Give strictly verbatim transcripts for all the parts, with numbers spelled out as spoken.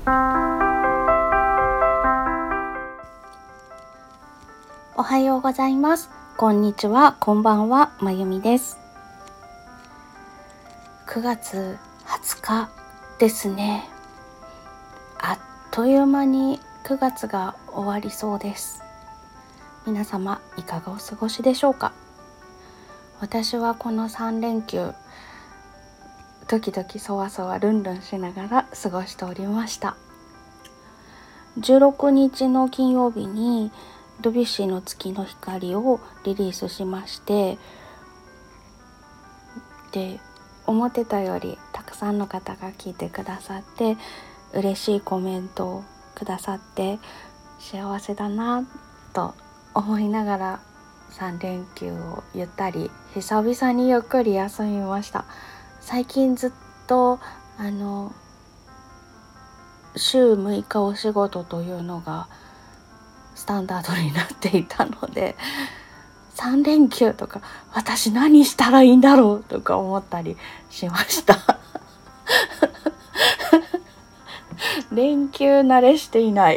おはようございます。こんにちは、こんばんは、まゆみです。くがつはつかですね。あっという間にくがつが終わりそうです。皆様いかがお過ごしでしょうか。私はこのさんれんきゅう、ドキドキそわそわルンルンしながら過ごしておりました。じゅうろくにちの金曜日にドビュッシーの月の光をリリースしまして、で思ってたよりたくさんの方が聞いてくださって、嬉しいコメントをくださって幸せだなと思いながらさんれんきゅうをゆったり久々にゆっくり休みました。最近ずっとあの週むいかお仕事というのがスタンダードになっていたので、さんれんきゅうとか私何したらいいんだろうとか思ったりしました連休慣れしていない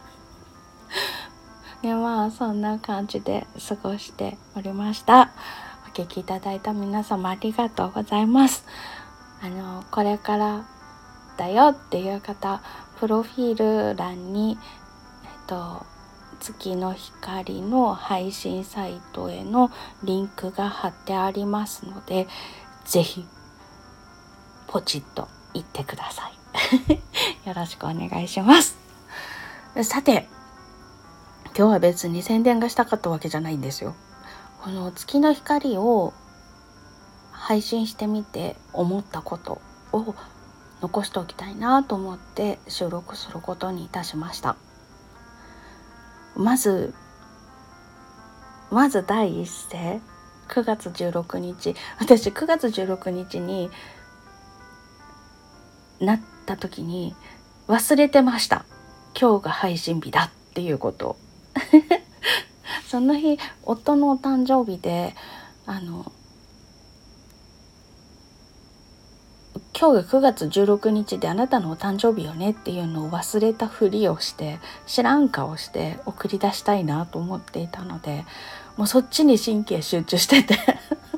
でまあそんな感じで過ごしておりました。お聞きいただいた皆様ありがとうございます。あのこれからだよっていう方、プロフィール欄にえっと月の光の配信サイトへのリンクが貼ってありますので、ぜひポチッと行ってくださいよろしくお願いします。さて、今日は別に宣伝がしたかったわけじゃないんですよ。この月の光を配信してみて思ったことを残しておきたいなと思って収録することにいたしました。まずまず第一声、くがつじゅうろくにち、私くがつじゅうろくにちになった時に忘れてました。今日が配信日だっていうことその日夫のお誕生日で、あの今日がくがつじゅうろくにちであなたのお誕生日よねっていうのを忘れたふりをして知らん顔して送り出したいなと思っていたので、もうそっちに神経集中してて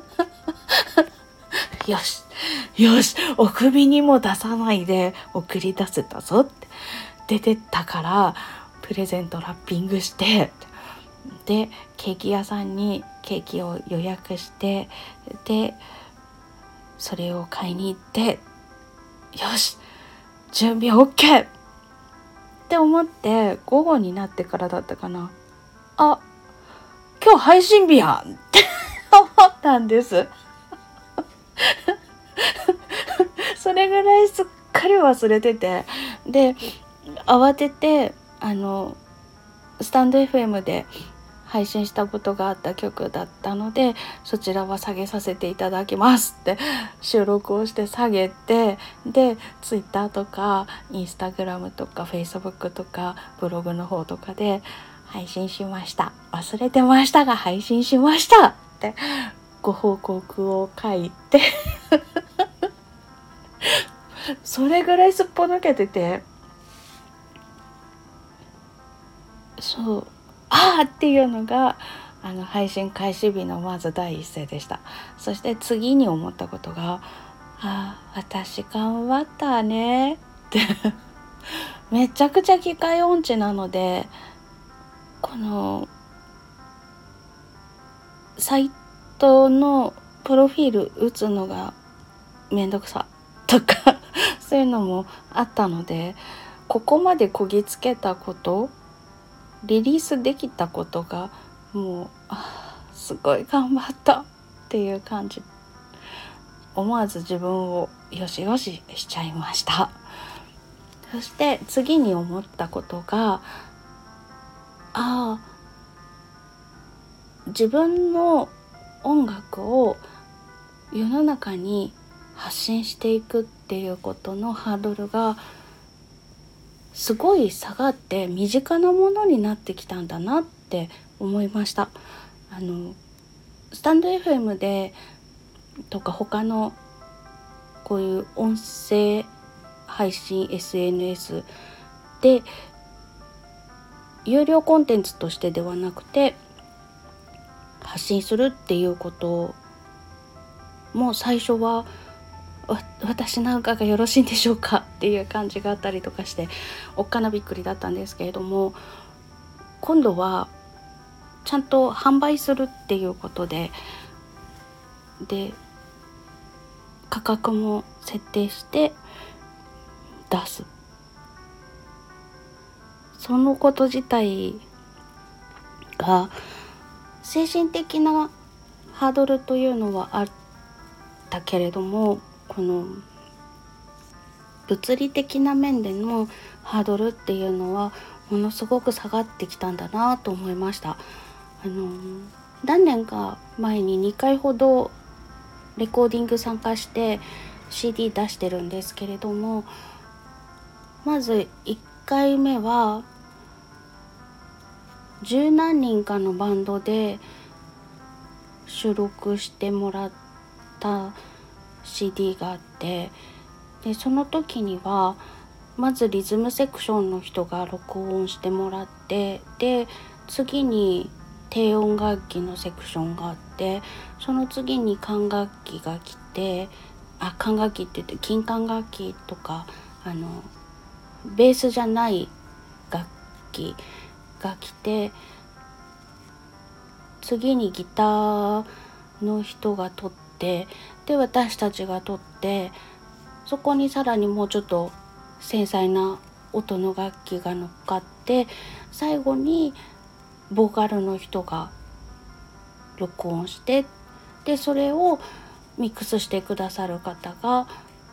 よしよしお首にも出さないで送り出せたぞって出てったから、プレゼントラッピングして、でケーキ屋さんにケーキを予約して、でそれを買いに行って、よし準備 OK って思って午後になってからだったかな、あ今日配信日やんって思ったんですそれぐらいすっかり忘れてて、で慌ててあのスタンド エフエム で配信したことがあった曲だったので、そちらは下げさせていただきますって収録をして下げて、で Twitter とか Instagram とか Facebook とかブログの方とかで配信しました、忘れてましたが配信しましたってご報告を書いてそれぐらいすっぽ抜けてて、そうあーっていうのがあの配信開始日のまず第一声でした。そして次に思ったことが、あー私頑張ったねってめちゃくちゃ機械音痴なので、このサイトのプロフィール打つのがめんどくさとかそういうのもあったので、ここまでこぎつけたこと、リリースできたことがもうあすごい頑張ったっていう感じ、思わず自分をよしよししちゃいました。そして次に思ったことが、あ自分の音楽を世の中に発信していくっていうことのハードルがすごい下がって身近なものになってきたんだなって思いました。あのスタンド エフエム でとか他のこういう音声配信 エスエヌエスで有料コンテンツとしてではなくて発信するっていうことも最初は私なんかがよろしいんでしょうかっていう感じがあったりとかしておっかなびっくりだったんですけれども、今度はちゃんと販売するっていうことでで価格も設定して出す、そのこと自体が精神的なハードルというのはあったけれども、この物理的な面でのハードルっていうのはものすごく下がってきたんだなと思いました。あの何年か前ににかいほどレコーディング参加して シーディー 出してるんですけれども、まずいっかいめは十何人かのバンドで収録してもらった シーディー があって、でその時にはまずリズムセクションの人が録音してもらって、で次に低音楽器のセクションがあって、その次に管楽器が来て、あ管楽器って言って金管楽器とかあのベースじゃない楽器が来て、次にギターの人が取って、で私たちが取って、そこにさらにもうちょっと繊細な音の楽器が乗っかって、最後にボーカルの人が録音して、でそれをミックスしてくださる方が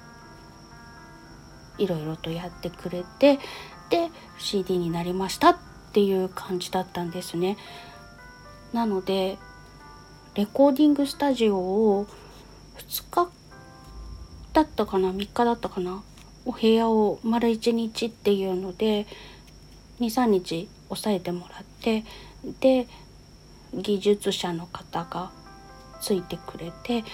いろいろとやってくれて、で シーディー になりましたっていう感じだったんですね。なのでレコーディングスタジオをふつかだったかなみっかだったかなお部屋を丸いちにちっていうので にさんにち抑えてもらって、で技術者の方がついてくれて、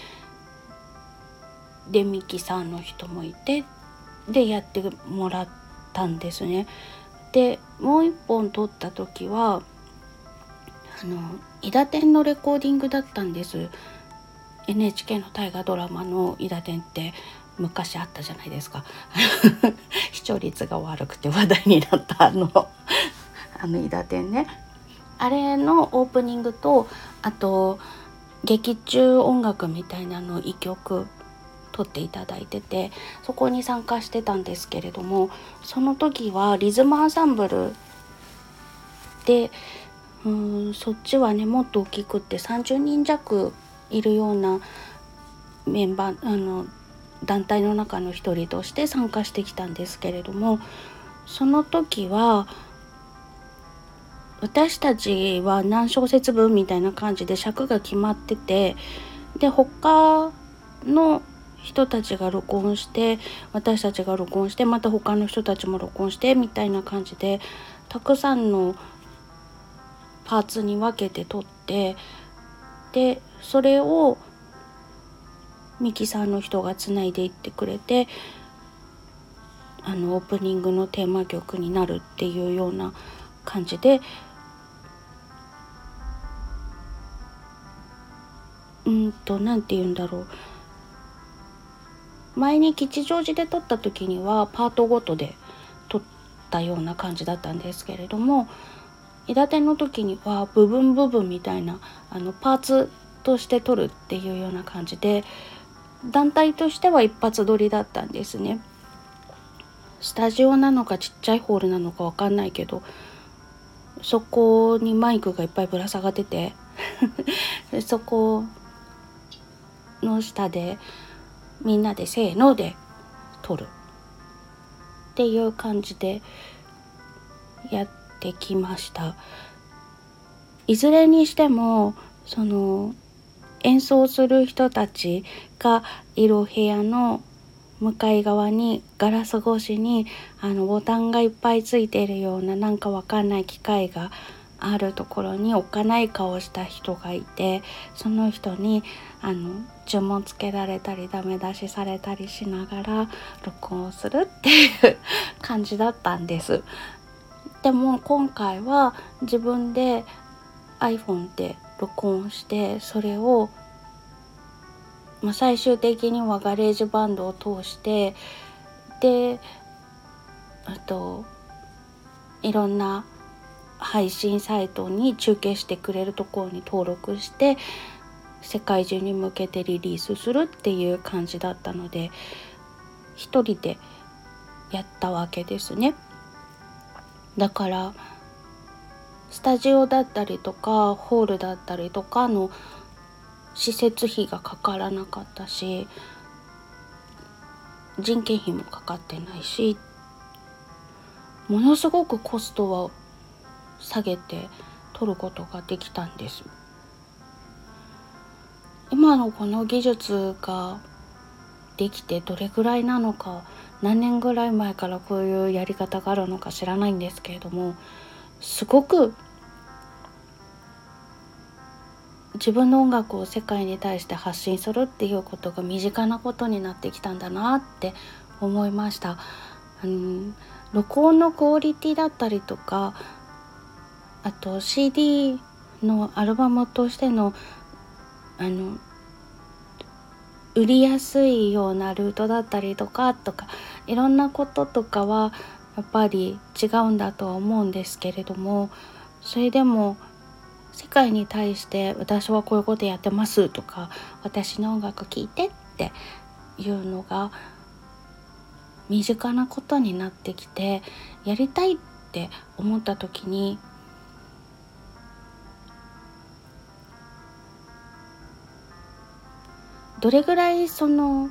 でミキサーの人もいて、でやってもらったんですね。でもう一本撮った時はあの伊達天のレコーディングだったんです。 エヌエイチケー の大河ドラマの伊達天って昔あったじゃないですか視聴率が悪くて話題になったあのあの伊達天ね、あれのオープニングと、あと劇中音楽みたいなのをいっきょく撮っていただいてて、そこに参加してたんですけれども、その時はリズムアンサンブルで、うーんそっちはねもっと大きくってさんじゅうにん弱いるようなメンバーあの団体の中の一人として参加してきたんですけれども、その時は私たちは何小節分みたいな感じで尺が決まってて、で他の人たちが録音して、私たちが録音して、また他の人たちも録音してみたいな感じでたくさんのパーツに分けて撮って、でそれをミキサーの人がつないでいってくれて、あのオープニングのテーマ曲になるっていうような感じで、うんとなんて言うんだろう、前に吉祥寺で撮った時にはパートごとで撮ったような感じだったんですけれども、伊達天の時には部分部分みたいなあのパーツとして撮るっていうような感じで、団体としては一発撮りだったんですね。スタジオなのかちっちゃいホールなのかわかんないけど、そこにマイクがいっぱいぶら下がっててでそこの下でみんなでせーので撮るっていう感じでやってきました。いずれにしてもその演奏する人たちがいる部屋の向かい側にガラス越しにあのボタンがいっぱいついているようななんかわかんない機械があるところにおっかない顔した人がいて、その人にあの注文つけられたりダメ出しされたりしながら録音するっていう感じだったんです。でも今回は自分で iPhone で録音してそれを、まあ、最終的にはガレージバンドを通してであといろんな配信サイトに中継してくれるところに登録して世界中に向けてリリースするっていう感じだったので一人でやったわけですね。だからスタジオだったりとかホールだったりとかの施設費がかからなかったし人件費もかかってないしものすごくコストは下げて取ることができたんです。今のこの技術ができてどれぐらいなのか何年ぐらい前からこういうやり方があるのか知らないんですけれどもすごく自分の音楽を世界に対して発信するっていうことが身近なことになってきたんだなって思いました。あの録音のクオリティだったりとかあと シーディー のアルバムとしてのあの売りやすいようなルートだったりとかとかいろんなこととかはやっぱり違うんだとは思うんですけれどもそれでも世界に対して私はこういうことやってますとか私の音楽聴いてっていうのが身近なことになってきてやりたいって思った時にどれぐらいその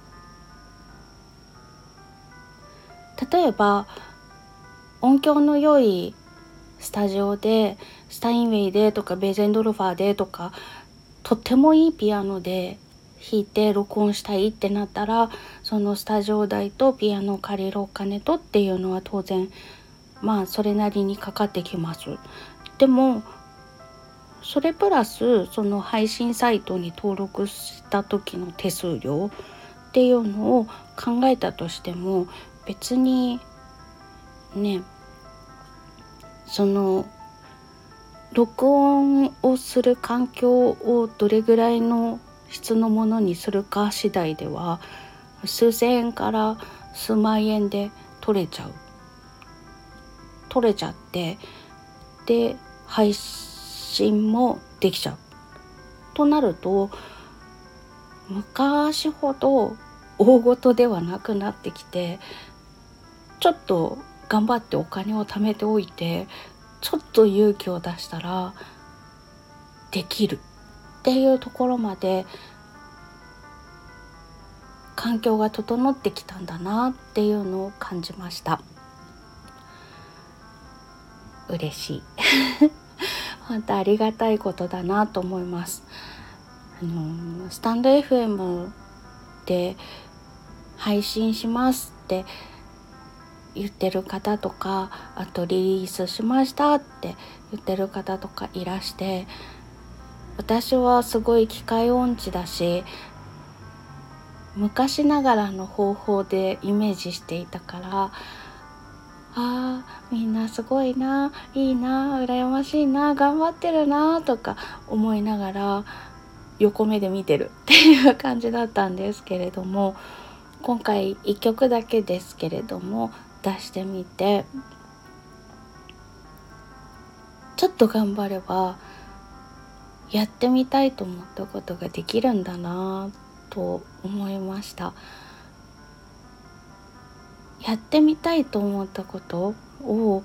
例えば音響の良いスタジオでスタインウェイでとかベーゼンドルファーでとかとってもいいピアノで弾いて録音したいってなったらそのスタジオ代とピアノを借りるお金とっていうのは当然まあそれなりにかかってきます。でもそれプラスその配信サイトに登録した時の手数料っていうのを考えたとしても別にねその録音をする環境をどれぐらいの質のものにするか次第では数千円から数万円で取れちゃう取れちゃってで配信もできちゃうとなると昔ほど大事ではなくなってきてちょっと頑張ってお金を貯めておいてちょっと勇気を出したらできるっていうところまで環境が整ってきたんだなっていうのを感じました。嬉しい本当ありがたいことだなと思います。あのスタンド エフエム で配信しますって言ってる方とかあとリリースしましたって言ってる方とかいらして私はすごい機械音痴だし昔ながらの方法でイメージしていたからあーみんなすごいないいな羨ましいな頑張ってるなとか思いながら横目で見てるっていう感じだったんですけれども今回いっきょくだけですけれども出してみてちょっと頑張ればやってみたいと思ったことができるんだなと思いました。やってみたいと思ったことを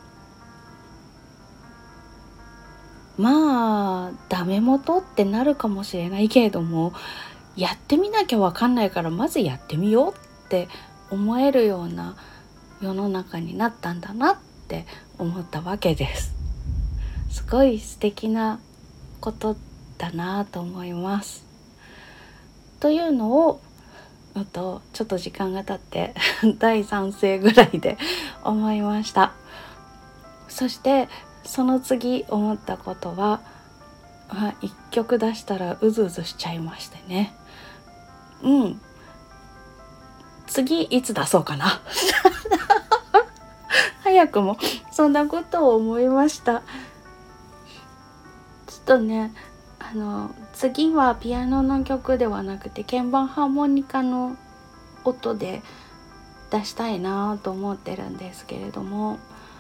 まあダメ元ってなるかもしれないけれどもやってみなきゃ分かんないからまずやってみようって思えるような世の中になったんだなって思ったわけです。すごい素敵なことだなと思います。というのをあとちょっと時間が経ってだいさん声ぐらいで思いました。そしてその次思ったことは、まあ、いっきょく出したらうずうずしちゃいましてねうん次いつ出そうかな早くもそんなことを思いました。ちょっとねあの次はピアノの曲ではなくて鍵盤ハーモニカの音で出したいなと思ってるんですけれども、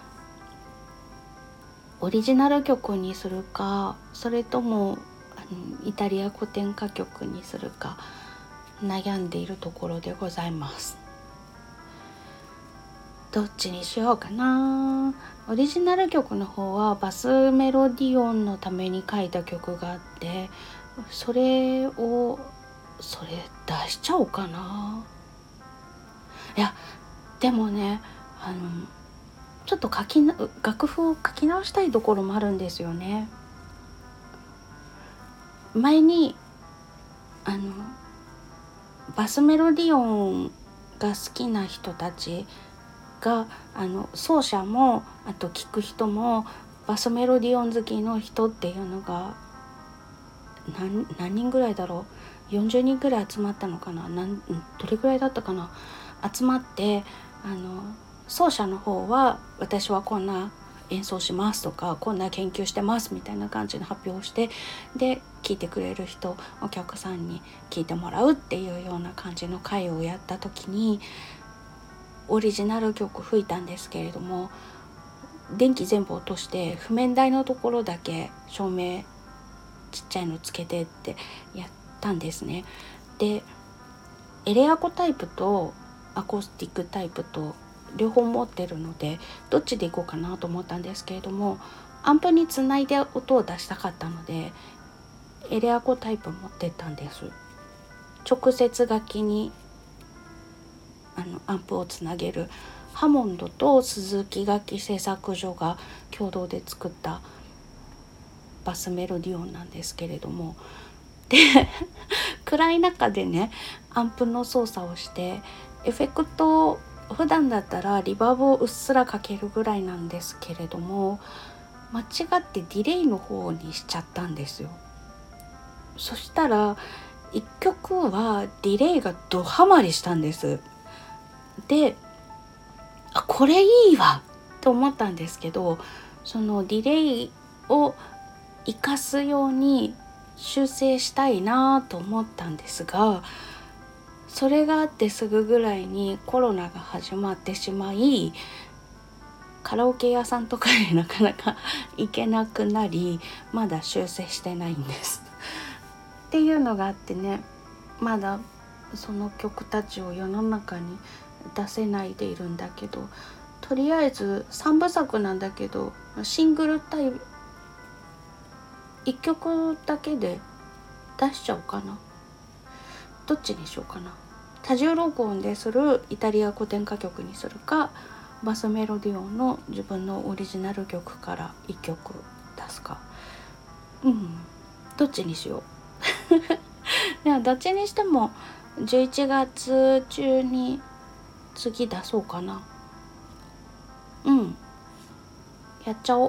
オリジナル曲にするかそれともあのイタリア古典歌曲にするか悩んでいるところでございます。どっちにしようかな。オリジナル曲の方はバスメロディオンのために書いた曲があって、それをそれ出しちゃおうかな。いやでもねあのちょっと書きな楽譜を書き直したいところもあるんですよね。前にあのバスメロディオンが好きな人たちがあの奏者もあと聴く人もバスメロディオン好きの人っていうのが 何, 何人ぐらいだろうよんじゅうにんぐらい集まったのかな、なんどれぐらいだったかな、集まってあの奏者の方は私はこんな演奏しますとかこんな研究してますみたいな感じの発表をして、で聞いてくれる人お客さんに聞いてもらうっていうような感じの会をやった時にオリジナル曲吹いたんですけれども、電気全部落として譜面台のところだけ照明ちっちゃいのつけてってやったんですね。でエレアコタイプとアコースティックタイプと両方持ってるのでどっちでいこうかなと思ったんですけれども、アンプにつないで音を出したかったのでエレアコタイプ持ってったんです。直接楽器にあのアンプをつなげるハモンドと鈴木楽器製作所が共同で作ったバスメロディオンなんですけれども、で暗い中でねアンプの操作をしてエフェクトを普段だったらリバーブをうっすらかけるぐらいなんですけれども間違ってディレイの方にしちゃったんですよ。そしたらいっきょくはディレイがドハマりしたんです。であこれいいわと思ったんですけど、そのディレイを活かすように修正したいなと思ったんですが、それがあってすぐぐらいにコロナが始まってしまいカラオケ屋さんとかになかなか行けなくなりまだ修正してないんですっていうのがあってね、まだその曲たちを世の中に出せないでいるんだけど、とりあえずさんぶさくなんだけどシングルタイプいっきょくだけで出しちゃおうかな。どっちにしようかな。多重録音でするイタリア古典歌曲にするかバスメロディオンの自分のオリジナル曲からいっきょく出すか、うんどっちにしようでもどっちにしてもじゅういちがつ中に次出そうかな。うんやっちゃおう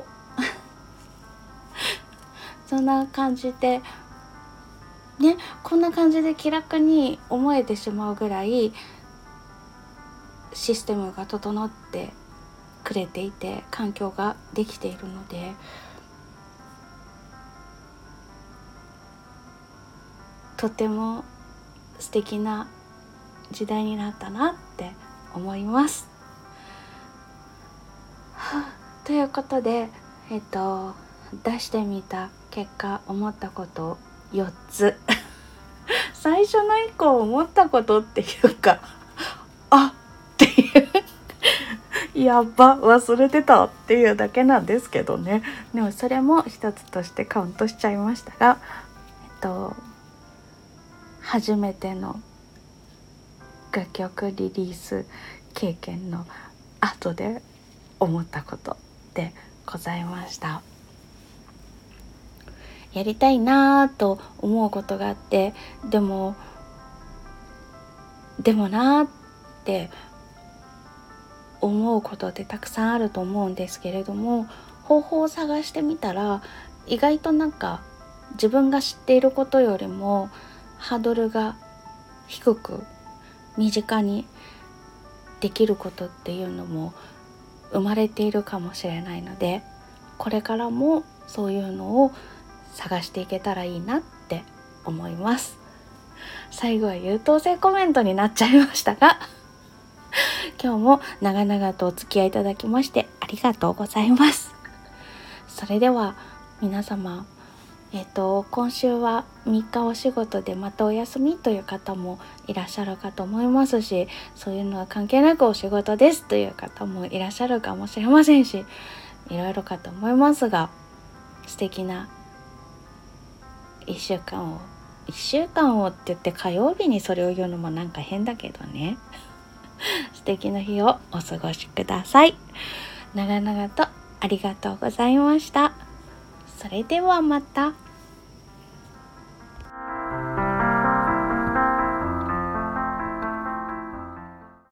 そんな感じでね、こんな感じで気楽に思えてしまうぐらいシステムが整ってくれていて環境ができているので、とても素敵な時代になったなって思います、はあ、ということでえっと出してみた結果思ったことよっつ最初のいっこ思ったことっていうかあっていうやっば忘れてたっていうだけなんですけどね。でもそれも一つとしてカウントしちゃいましたが、えっと初めての楽曲リリース経験の後で思ったことでございました。やりたいなと思うことがあって、でもでもなって思うことってたくさんあると思うんですけれども、方法を探してみたら意外となんか自分が知っていることよりもハードルが低く身近にできることっていうのも生まれているかもしれないので、これからもそういうのを探していけたらいいなって思います。最後は優等生コメントになっちゃいましたが今日も長々とお付き合いいただきましてありがとうございます。それでは皆様、えっと今週はみっかお仕事でまたお休みという方もいらっしゃるかと思いますし、そういうのは関係なくお仕事ですという方もいらっしゃるかもしれませんし、いろいろかと思いますが、素敵ないっしゅうかんをいっしゅうかんをって言って火曜日にそれを言うのもなんか変だけどね素敵な日をお過ごしください。長々とありがとうございました。それではまた。